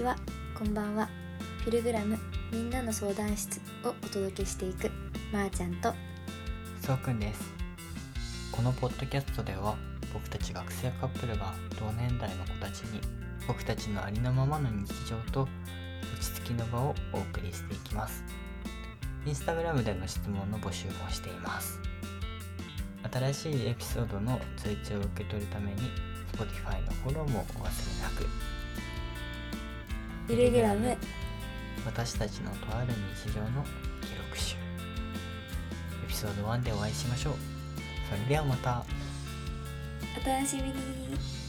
ちは、こんばんは。フィルグラムみんなの相談室をお届けしていくまーちゃんとそうくんです。このポッドキャストでは僕たち学生カップルが同年代の子たちに僕たちのありのままの日常と落ち着きの場をお送りしていきます。インスタグラムでの質問の募集もしています。新しいエピソードの通知を受け取るために Spotify のフォローもお忘れなく。 フィルグラム、 私たちのとある日常の記録集。エピソード1でお会いしましょう。それではまた。 お楽しみに。